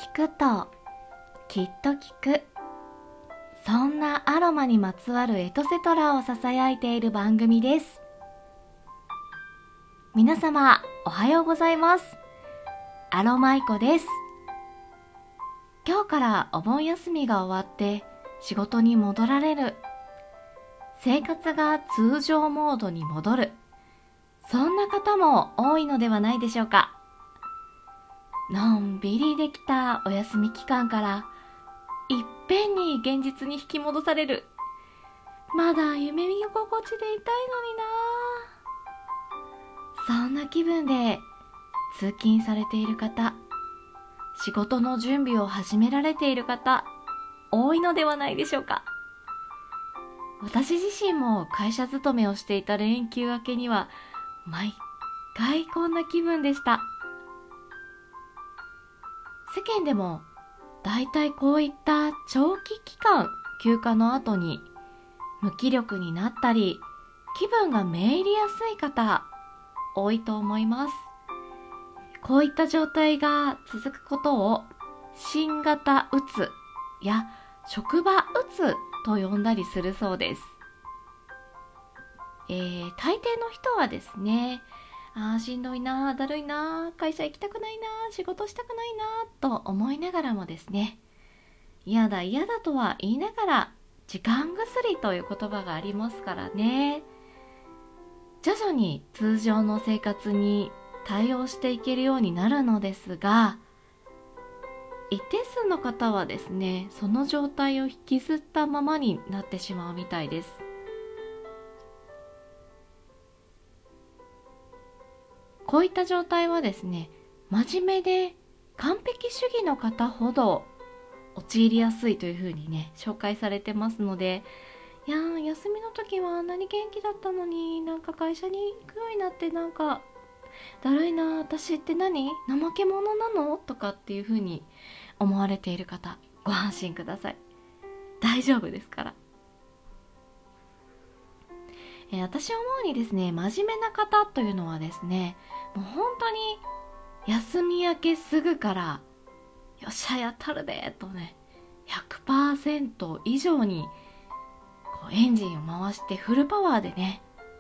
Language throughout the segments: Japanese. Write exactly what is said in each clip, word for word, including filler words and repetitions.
聞くときっと聞く、そんなアロマにまつわるエトセトラをささやいている番組です。皆様おはようございます。アロマイコです。今日からお盆休みが終わって仕事に戻られる、生活が通常モードに戻る、そんな方も多いのではないでしょうか。のんびりできたお休み期間からいっぺんに現実に引き戻される、まだ夢見心地でいたいのにな、そんな気分で通勤されている方、仕事の準備を始められている方、多いのではないでしょうか。私自身も会社勤めをしていた連休明けには毎回こんな気分でした。世間でもだいたいこういった長期期間休暇の後に無気力になったり気分がめいりやすい方多いと思います。こういった状態が続くことを新型うつや職場うつと呼んだりするそうです。えー、大抵の人はですね、あーしんどいな、だるいな、会社行きたくないな、仕事したくないなと思いながらもですね、嫌だ嫌だとは言いながら時間薬という言葉がありますからね、徐々に通常の生活に対応していけるようになるのですが、一定数の方はですね、その状態を引きずったままになってしまうみたいです。こういった状態はですね、真面目で完璧主義の方ほど陥りやすいというふうにね、紹介されてますので、いやー、休みの時はあんなに元気だったのに、なんか会社に行くようになってなんかだるいな、私って何、怠け者なのとかっていうふうに思われている方、ご安心ください。大丈夫ですから。えー、私思うにですね、真面目な方というのはですね、もう本当に休み明けすぐからよっしゃやったるでとね、 ひゃくパーセント 以上にこうエンジンを回してフルパワーでね、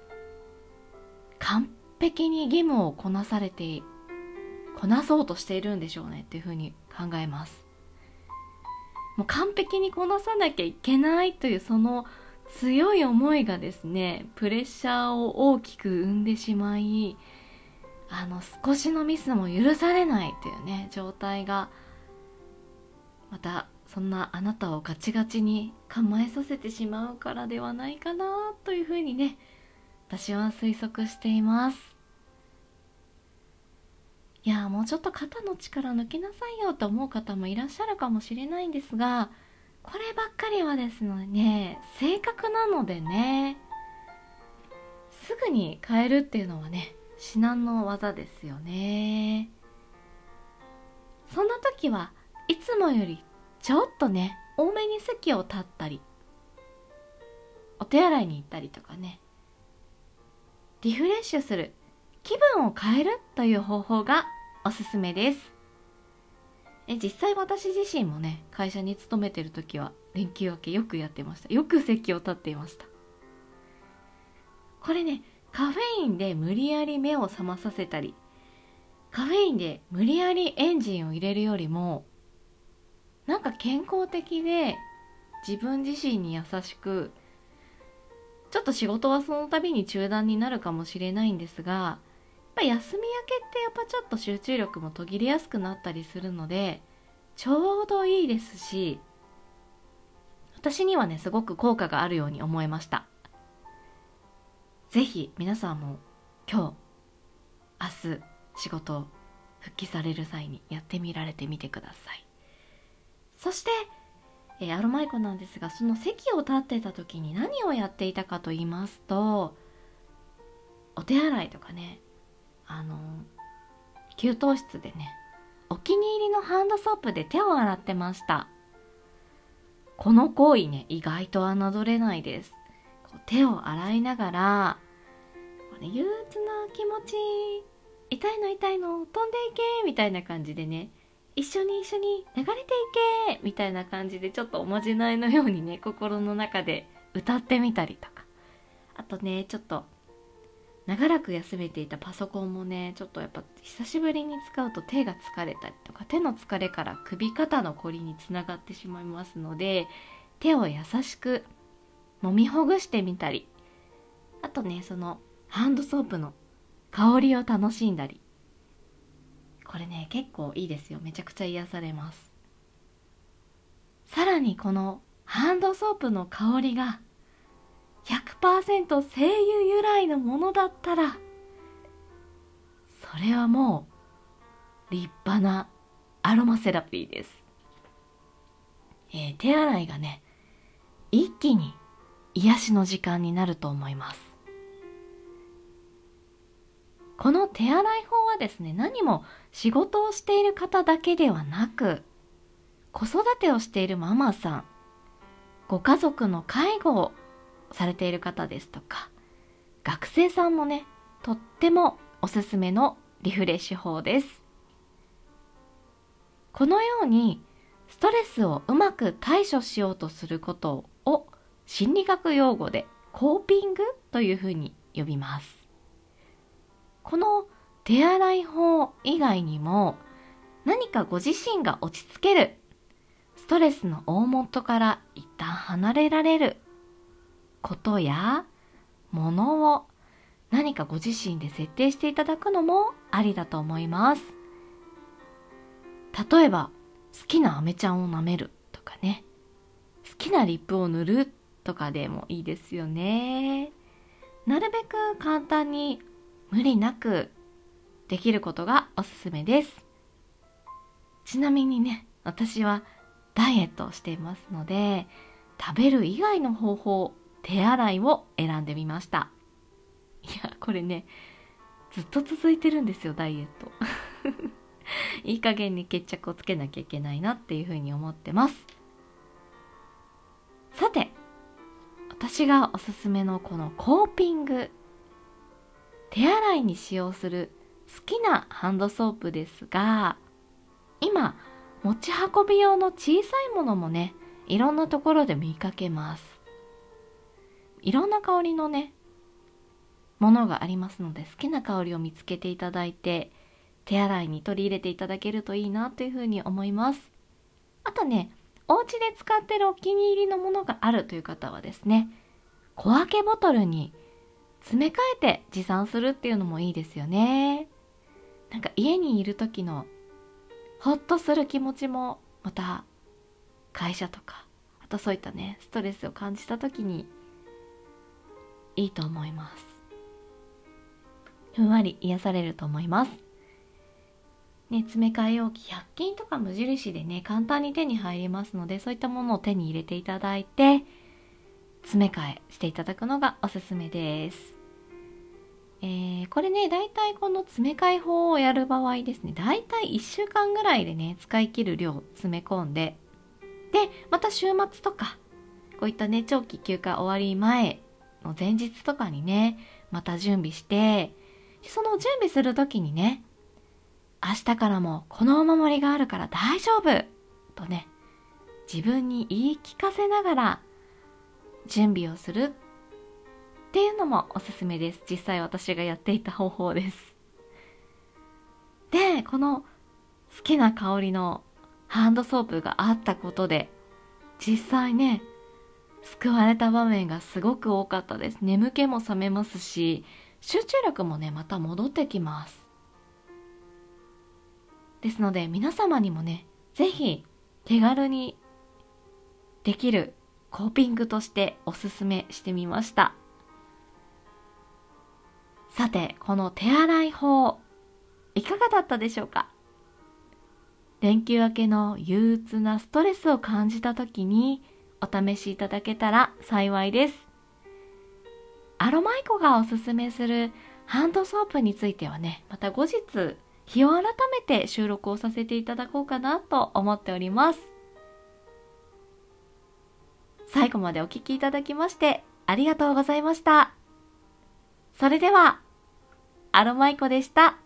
完璧に義務をこなされてこなそうとしているんでしょうねっていうふうに考えます。もう完璧にこなさなきゃいけないというその強い思いがですね、プレッシャーを大きく生んでしまい、あの少しのミスも許されないというね、状態がまたそんなあなたをガチガチに構えさせてしまうからではないかなというふうにね、私は推測しています。いや、もうちょっと肩の力抜きなさいよと思う方もいらっしゃるかもしれないんですが、こればっかりはですね、性格なのでね、すぐに変えるっていうのはね、至難の業ですよね。そんな時はいつもよりちょっとね、多めに席を立ったり、お手洗いに行ったりとかね、リフレッシュする、気分を変えるという方法がおすすめです。え実際私自身もね、会社に勤めてる時は連休明けよくやってました。よく席を立っていました。これね、カフェインで無理やり目を覚まさせたり、カフェインで無理やりエンジンを入れるよりも、なんか健康的で自分自身に優しく、ちょっと仕事はその度に中断になるかもしれないんですが、やっぱ休み明けってやっぱちょっと集中力も途切れやすくなったりするので、ちょうどいいですし、私にはね、すごく効果があるように思いました。ぜひ皆さんも今日、明日仕事を復帰される際にやってみられてみてください。そして、えー、アロマイコなんですが、その席を立ってた時に何をやっていたかと言いますと、お手洗いとかね、あの給湯室でね、お気に入りのハンドソープで手を洗ってました。この行為ね、意外と侮れないです。こう手を洗いながら、これ憂鬱な気持ち、痛いの痛いの飛んでいけみたいな感じでね、 一緒に一緒に流れていけみたいな感じで、ちょっとおまじないのようにね、心の中で歌ってみたりとか、あとね、ちょっと長らく休めていたパソコンもね、ちょっとやっぱ久しぶりに使うと手が疲れたりとか、手の疲れから首肩のこりにつながってしまいますので、手を優しく揉みほぐしてみたり、あとね、そのハンドソープの香りを楽しんだり、これね結構いいですよ。めちゃくちゃ癒されます。さらにこのハンドソープの香りが ひゃくパーセント 精油由来のものだったら、それはもう立派なアロマセラピーです。えー、手洗いがね一気に癒しの時間になると思います。この手洗い法はですね、何も仕事をしている方だけではなく、子育てをしているママさん、ご家族の介護をされている方ですとか、学生さんもね、とってもおすすめのリフレッシュ法です。このようにストレスをうまく対処しようとすることを心理学用語でコーピングというふうに呼びます。この手洗い法以外にも、何かご自身が落ち着ける、ストレスの大元から一旦離れられることやものを何かご自身で設定していただくのもありだと思います。例えば好きな飴ちゃんを舐めるとかね、好きなリップを塗るとかでもいいですよね。なるべく簡単に無理なくできることがおすすめです。ちなみにね、私はダイエットをしていますので、食べる以外の方法、手洗いを選んでみました。いや、これね、ずっと続いてるんですよ、ダイエット。いい加減に決着をつけなきゃいけないなっていうふうに思ってます。さて、私がおすすめのこのコーピング、手洗いに使用する好きなハンドソープですが、今持ち運び用の小さいものもね、いろんなところで見かけます。いろんな香りのねものがありますので、好きな香りを見つけていただいて手洗いに取り入れていただけるといいなというふうに思います。あとね、お家で使ってるお気に入りのものがあるという方はですね、小分けボトルに詰め替えて持参するっていうのもいいですよね。なんか家にいる時のほっとする気持ちもまた会社とか、あとそういったねストレスを感じた時にいいと思います。ふんわり癒されると思いますね。詰め替え容器ひゃく均とか無印でね簡単に手に入りますので、そういったものを手に入れていただいて詰め替えしていただくのがおすすめです。えー、これね、だいたいこの詰め替え法をやる場合ですね、だいたいいっしゅうかんぐらいでね使い切る量を詰め込んで、でまた週末とかこういったね長期休暇終わり前の前日とかにねまた準備して、その準備する時にね、明日からもこのお守りがあるから大丈夫とね自分に言い聞かせながら準備をするっていうのもおすすめです。実際私がやっていた方法です。で、この好きな香りのハンドソープがあったことで実際ね救われた場面がすごく多かったです。眠気も覚めますし、集中力もねまた戻ってきます。ですので皆様にもねぜひ手軽にできるコーピングとしておすすめしてみました。さて、この手洗い法いかがだったでしょうか。連休明けの憂鬱なストレスを感じた時にお試しいただけたら幸いです。アロマイコがおすすめするハンドソープについてはね、また後日日を改めて収録をさせていただこうかなと思っております。最後までお聞きいただきましてありがとうございました。それではアロマイコでした。